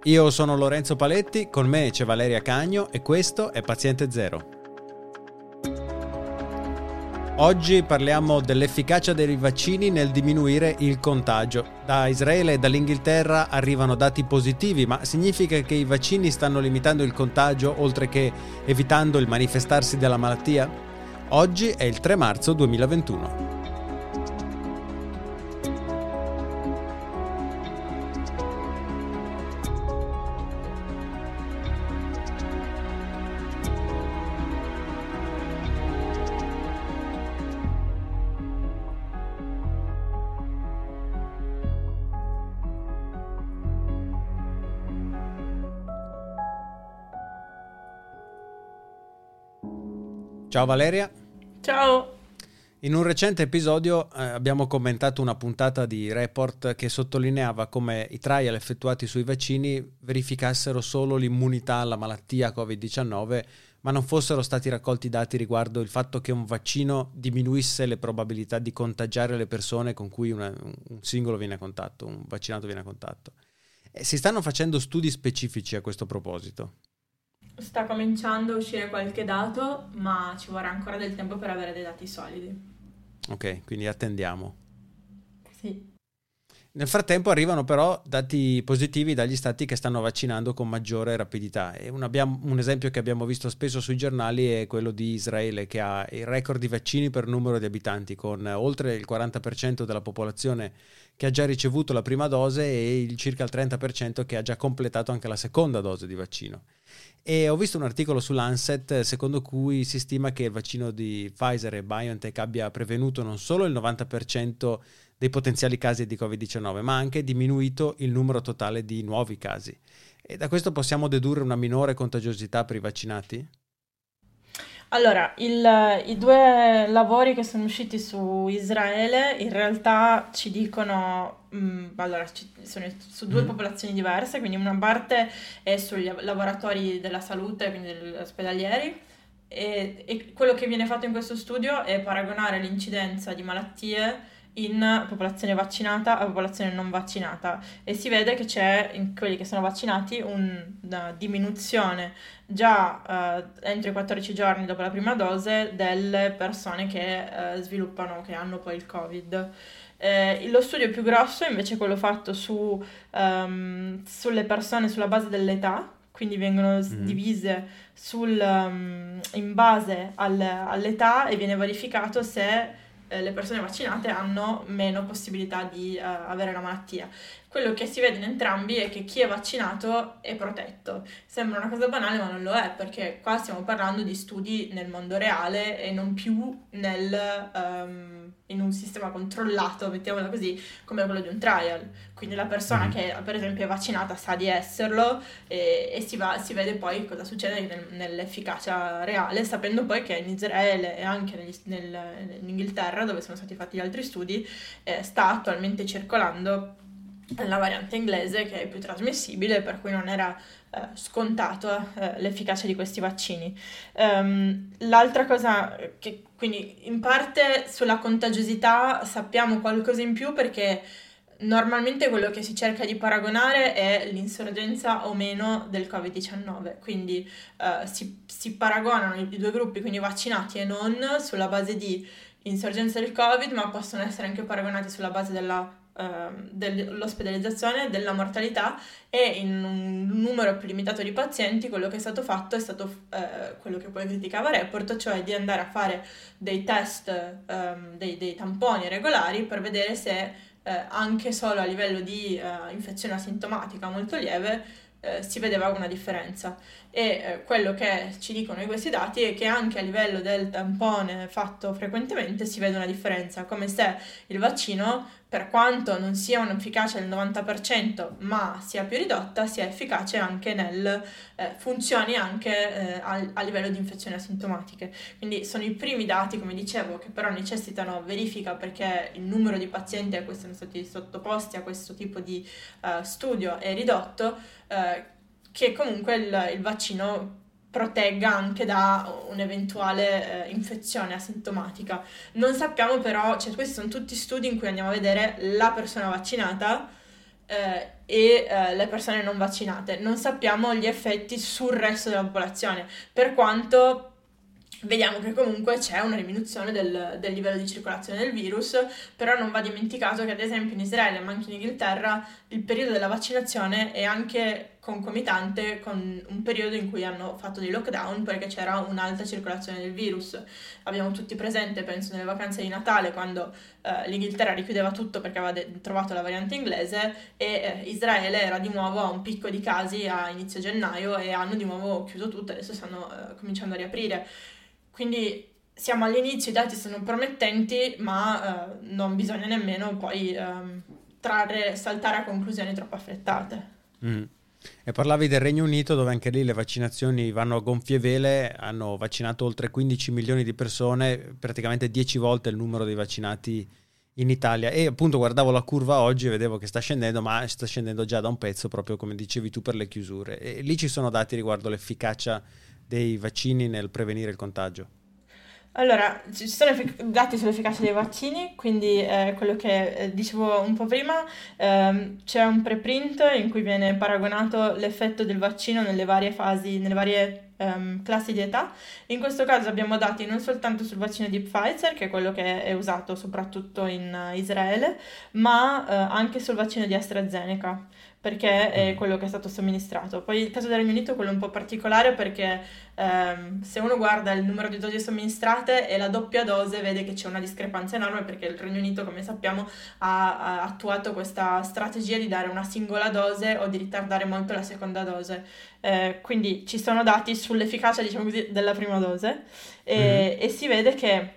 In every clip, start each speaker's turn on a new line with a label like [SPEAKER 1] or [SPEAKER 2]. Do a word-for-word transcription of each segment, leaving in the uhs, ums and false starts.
[SPEAKER 1] Io sono Lorenzo Paletti, con me c'è Valeria Cagno e questo è Paziente Zero. Oggi parliamo dell'efficacia dei vaccini nel diminuire il contagio. Da Israele e dall'Inghilterra arrivano dati positivi, ma significa che i vaccini stanno limitando il contagio oltre che evitando il manifestarsi della malattia? Oggi è il tre marzo duemilaventuno. Ciao Valeria.
[SPEAKER 2] Ciao.
[SPEAKER 1] In un recente episodio eh, abbiamo commentato una puntata di Report che sottolineava come i trial effettuati sui vaccini verificassero solo l'immunità alla malattia covid diciannove, ma non fossero stati raccolti dati riguardo il fatto che un vaccino diminuisse le probabilità di contagiare le persone con cui una, un singolo viene a contatto, un vaccinato viene a contatto. E si stanno facendo studi specifici a questo proposito.
[SPEAKER 2] Sta cominciando a uscire qualche dato, ma ci vorrà ancora del tempo per avere dei dati solidi.
[SPEAKER 1] Ok, quindi attendiamo.
[SPEAKER 2] Sì.
[SPEAKER 1] Nel frattempo arrivano però dati positivi dagli stati che stanno vaccinando con maggiore rapidità. E un, abbiamo, un esempio che abbiamo visto spesso sui giornali è quello di Israele, che ha il record di vaccini per numero di abitanti, con oltre il quaranta per cento della popolazione che ha già ricevuto la prima dose e il circa il trenta per cento che ha già completato anche la seconda dose di vaccino. E ho visto un articolo su Lancet secondo cui si stima che il vaccino di Pfizer e BioNTech abbia prevenuto non solo il novanta per cento dei potenziali casi di covid diciannove, ma anche diminuito il numero totale di nuovi casi. E da questo possiamo dedurre una minore contagiosità per i vaccinati?
[SPEAKER 2] Allora, il, i due lavori che sono usciti su Israele in realtà ci dicono, mh, allora, ci- sono su due
[SPEAKER 1] Mm.
[SPEAKER 2] popolazioni diverse, quindi una parte è sugli lavoratori della salute, quindi degli ospedalieri, e, e quello che viene fatto in questo studio è paragonare l'incidenza di malattie in popolazione vaccinata a popolazione non vaccinata e si vede che c'è in quelli che sono vaccinati un- una diminuzione già eh, entro i quattordici giorni dopo la prima dose delle persone che eh, sviluppano, che hanno poi il Covid. Eh, lo studio più grosso invece è quello fatto su, ehm, sulle persone sulla base dell'età, quindi vengono s-
[SPEAKER 1] Mm.
[SPEAKER 2] divise sul, ehm, in base al- all'età e viene verificato se eh, le persone vaccinate hanno meno possibilità di eh, avere la malattia. Quello che si vede in entrambi è che chi è vaccinato è protetto. Sembra una cosa banale, ma non lo è, perché qua stiamo parlando di studi nel mondo reale e non più nel, ehm, in un sistema controllato, mettiamola così, come quello di un trial. Quindi la persona
[SPEAKER 1] Mm.
[SPEAKER 2] che per esempio è vaccinata sa di esserlo e, e si va- si vede poi cosa succede nel- nell'efficacia reale, sapendo poi che in Israele e anche negli- nel- in Inghilterra, dove sono stati fatti gli altri studi, eh, sta attualmente circolando la variante inglese che è più trasmissibile, per cui non era eh, scontato eh, l'efficacia di questi vaccini. Ehm, l'altra cosa che quindi in parte sulla contagiosità sappiamo qualcosa in più perché normalmente quello che si cerca di paragonare è l'insorgenza o meno del covid diciannove, quindi eh, si, si paragonano i due gruppi, quindi vaccinati e non, sulla base di insorgenza del Covid, ma possono essere anche paragonati sulla base della, ehm, dell'ospedalizzazione, della mortalità e in un numero più limitato di pazienti quello che è stato fatto è stato eh, quello che poi criticava Report, cioè di andare a fare dei test, ehm, dei, dei tamponi regolari per vedere se eh, anche solo a livello di eh, infezione asintomatica molto lieve eh, si vedeva una differenza e eh, quello che ci dicono in questi dati è che anche a livello del tampone fatto frequentemente si vede una differenza, come se il vaccino, per quanto non sia un'efficacia del novanta per cento ma sia più ridotta, sia efficace anche nel eh, funzioni anche eh, a, a livello di infezioni asintomatiche. Quindi sono i primi dati, come dicevo, che però necessitano verifica perché il numero di pazienti a cui sono stati sottoposti a questo tipo di eh, studio è ridotto, eh, che comunque il, il vaccino protegga anche da un'eventuale eh, infezione asintomatica. Non sappiamo però, cioè questi sono tutti studi in cui andiamo a vedere la persona vaccinata eh, e eh, le persone non vaccinate. Non sappiamo gli effetti sul resto della popolazione, per quanto vediamo che comunque c'è una diminuzione del, del livello di circolazione del virus, però non va dimenticato che ad esempio in Israele, ma anche in Inghilterra, il periodo della vaccinazione è anche concomitante con un periodo in cui hanno fatto dei lockdown perché c'era un'alta circolazione del virus. Abbiamo tutti presente, penso, nelle vacanze di Natale, quando eh, l'Inghilterra richiudeva tutto perché aveva de- trovato la variante inglese, e eh, Israele era di nuovo a un picco di casi a inizio gennaio e hanno di nuovo chiuso tutto, adesso stanno eh, cominciando a riaprire. Quindi siamo all'inizio, i dati sono promettenti, ma eh, non bisogna nemmeno poi ehm, trarre, saltare a conclusioni troppo affrettate.
[SPEAKER 1] Mm. E parlavi del Regno Unito, dove anche lì le vaccinazioni vanno a gonfie vele, hanno vaccinato oltre quindici milioni di persone, praticamente dieci volte il numero dei vaccinati in Italia, e appunto guardavo la curva oggi e vedevo che sta scendendo, ma sta scendendo già da un pezzo, proprio come dicevi tu, per le chiusure. E lì ci sono dati riguardo l'efficacia dei vaccini nel prevenire il contagio.
[SPEAKER 2] Allora, ci sono effic- dati sull'efficacia dei vaccini, quindi eh, quello che eh, dicevo un po' prima, ehm, c'è un preprint in cui viene paragonato l'effetto del vaccino nelle varie fasi, nelle varie ehm, classi di età. In questo caso abbiamo dati non soltanto sul vaccino di Pfizer, che è quello che è usato soprattutto in eh, Israele, ma eh, anche sul vaccino di AstraZeneca, perché è
[SPEAKER 1] Mm.
[SPEAKER 2] quello che è stato somministrato. Poi il caso del Regno Unito è quello un po' particolare perché ehm, se uno guarda il numero di dosi somministrate e la doppia dose vede che c'è una discrepanza enorme, perché il Regno Unito, come sappiamo, ha, ha attuato questa strategia di dare una singola dose o di ritardare molto la seconda dose. Eh, quindi ci sono dati sull'efficacia, diciamo così, della prima dose
[SPEAKER 1] Mhm.
[SPEAKER 2] e, e si vede che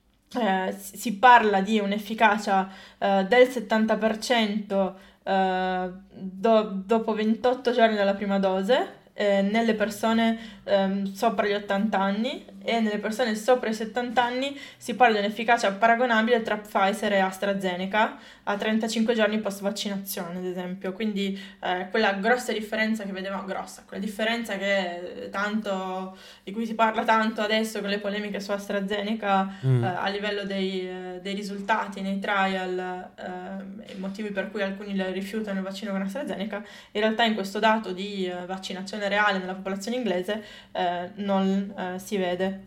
[SPEAKER 2] eh, si si parla di un'efficacia eh, del settanta per cento eh, do- dopo ventotto giorni dalla prima dose, eh, nelle persone ehm, sopra gli ottanta anni, e nelle persone sopra i settanta anni si parla di un'efficacia paragonabile tra Pfizer e AstraZeneca a trentacinque giorni post vaccinazione, ad esempio. Quindi eh, quella grossa differenza che vedevamo, grossa, quella differenza che tanto, di cui si parla tanto adesso con le polemiche su AstraZeneca eh,
[SPEAKER 1] Mm.
[SPEAKER 2] a livello dei, eh, dei risultati nei trial, eh, i motivi per cui alcuni le rifiutano il vaccino con AstraZeneca, in realtà in questo dato di eh, vaccinazione reale nella popolazione inglese eh, non eh, si vede.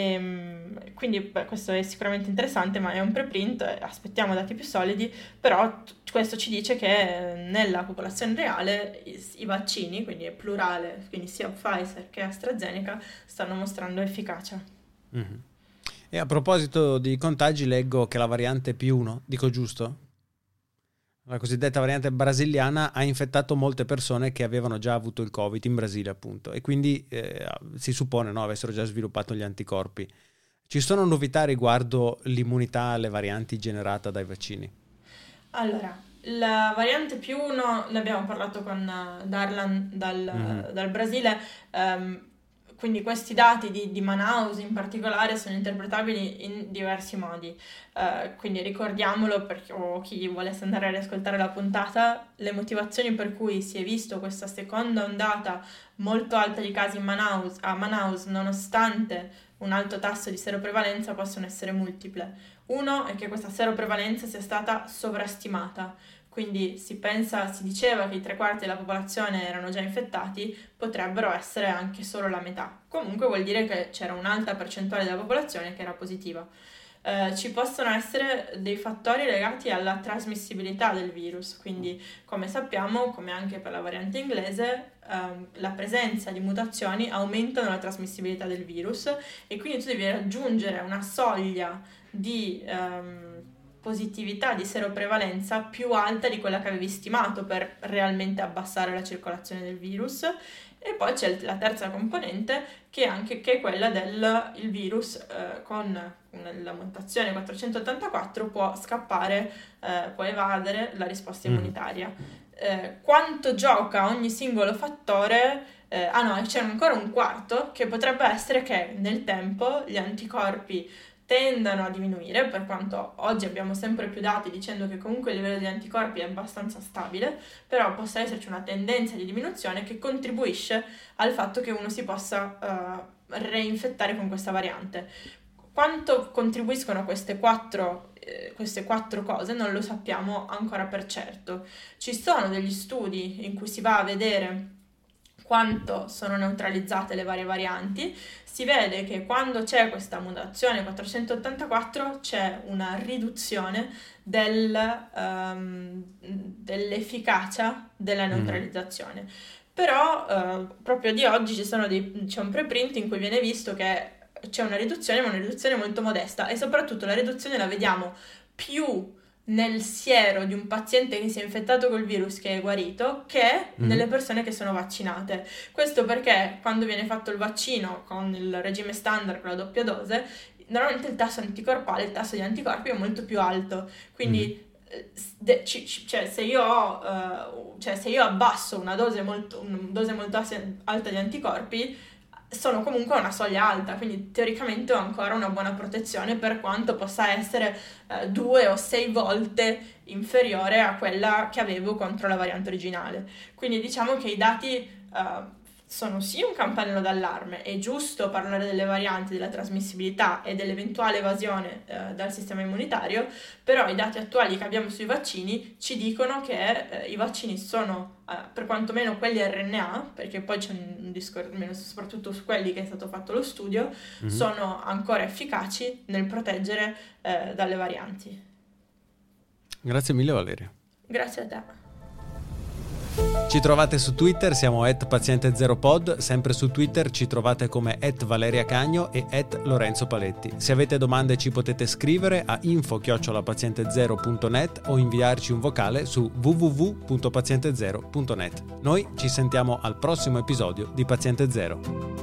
[SPEAKER 2] E, quindi beh, questo è sicuramente interessante, ma è un preprint, eh, aspettiamo dati più solidi, però t- questo ci dice che eh, nella popolazione reale i, i vaccini, quindi è plurale, quindi sia Pfizer che AstraZeneca, stanno mostrando efficacia.
[SPEAKER 1] Mhm. E a proposito di contagi, leggo che la variante P uno, dico giusto? La cosiddetta variante brasiliana ha infettato molte persone che avevano già avuto il Covid in Brasile, appunto, e quindi eh, si suppone, no, avessero già sviluppato gli anticorpi. Ci sono novità riguardo l'immunità alle varianti generata dai vaccini?
[SPEAKER 2] Allora, la variante più uno, ne abbiamo parlato con eh, Darlan
[SPEAKER 1] Mhm.
[SPEAKER 2] dal, dal Brasile, ehm, quindi questi dati di, di Manaus in particolare sono interpretabili in diversi modi. Eh, quindi ricordiamolo per chi, o chi volesse andare a riascoltare la puntata, le motivazioni per cui si è visto questa seconda ondata molto alta di casi in Manaus, a Manaus, nonostante un alto tasso di seroprevalenza, possono essere multiple. Uno è che questa seroprevalenza sia stata sovrastimata, quindi si pensa, si diceva che i tre quarti della popolazione erano già infettati, potrebbero essere anche solo la metà. Comunque vuol dire che c'era un'alta percentuale della popolazione che era positiva. Eh, ci possono essere dei fattori legati alla trasmissibilità del virus, quindi come sappiamo, come anche per la variante inglese, ehm, la presenza di mutazioni aumentano la trasmissibilità del virus, e quindi tu devi raggiungere una soglia di ehm, positività, di seroprevalenza più alta di quella che avevi stimato per realmente abbassare la circolazione del virus. E poi c'è la terza componente, che è anche che è quella del il virus eh, con una- la mutazione quattrocentottantaquattro può scappare, eh, può evadere la risposta
[SPEAKER 1] Mhm.
[SPEAKER 2] immunitaria. Eh, quanto gioca ogni singolo fattore? Eh, ah no, c'è ancora un quarto, che potrebbe essere che nel tempo gli anticorpi tendano a diminuire, per quanto oggi abbiamo sempre più dati dicendo che comunque il livello di anticorpi è abbastanza stabile, però possa esserci una tendenza di diminuzione che contribuisce al fatto che uno si possa uh, reinfettare con questa variante. Quanto contribuiscono queste quattro, eh, queste quattro cose non lo sappiamo ancora per certo. Ci sono degli studi in cui si va a vedere quanto sono neutralizzate le varie varianti. Si vede che quando c'è questa mutazione quattrocentottantaquattro c'è una riduzione del, um, dell'efficacia della neutralizzazione. Mm. Però uh, proprio di oggi ci sono dei, c'è un preprint in cui viene visto che c'è una riduzione, ma una riduzione molto modesta, e soprattutto la riduzione la vediamo più nel siero di un paziente che si è infettato col virus che è guarito che mm. nelle persone che sono vaccinate. Questo perché quando viene fatto il vaccino con il regime standard, con la doppia dose, normalmente il tasso anticorpale, il tasso di anticorpi è molto più alto, quindi mm. de, c- c- cioè, se io ho, uh, cioè se io abbasso una dose molto, una dose molto alta di anticorpi, sono comunque a una soglia alta, quindi teoricamente ho ancora una buona protezione, per quanto possa essere eh, due o sei volte inferiore a quella che avevo contro la variante originale. Quindi diciamo che i dati eh, sono sì un campanello d'allarme. È giusto parlare delle varianti, della trasmissibilità e dell'eventuale evasione eh, dal sistema immunitario, però i dati attuali che abbiamo sui vaccini ci dicono che eh, i vaccini sono, eh, per quantomeno quelli R N A, perché poi c'è un discorso, soprattutto su quelli che è stato fatto lo studio, mm-hmm. sono ancora efficaci nel proteggere eh, dalle varianti.
[SPEAKER 1] Grazie mille, Valeria.
[SPEAKER 2] Grazie a te.
[SPEAKER 1] Ci trovate su Twitter, siamo at paziente zero pod, sempre su Twitter ci trovate come at Valeria Cagno e at Lorenzo Paletti. Se avete domande ci potete scrivere a info chiocciola paziente zero punto net o inviarci un vocale su w w w punto paziente zero punto net. Noi ci sentiamo al prossimo episodio di Paziente Zero.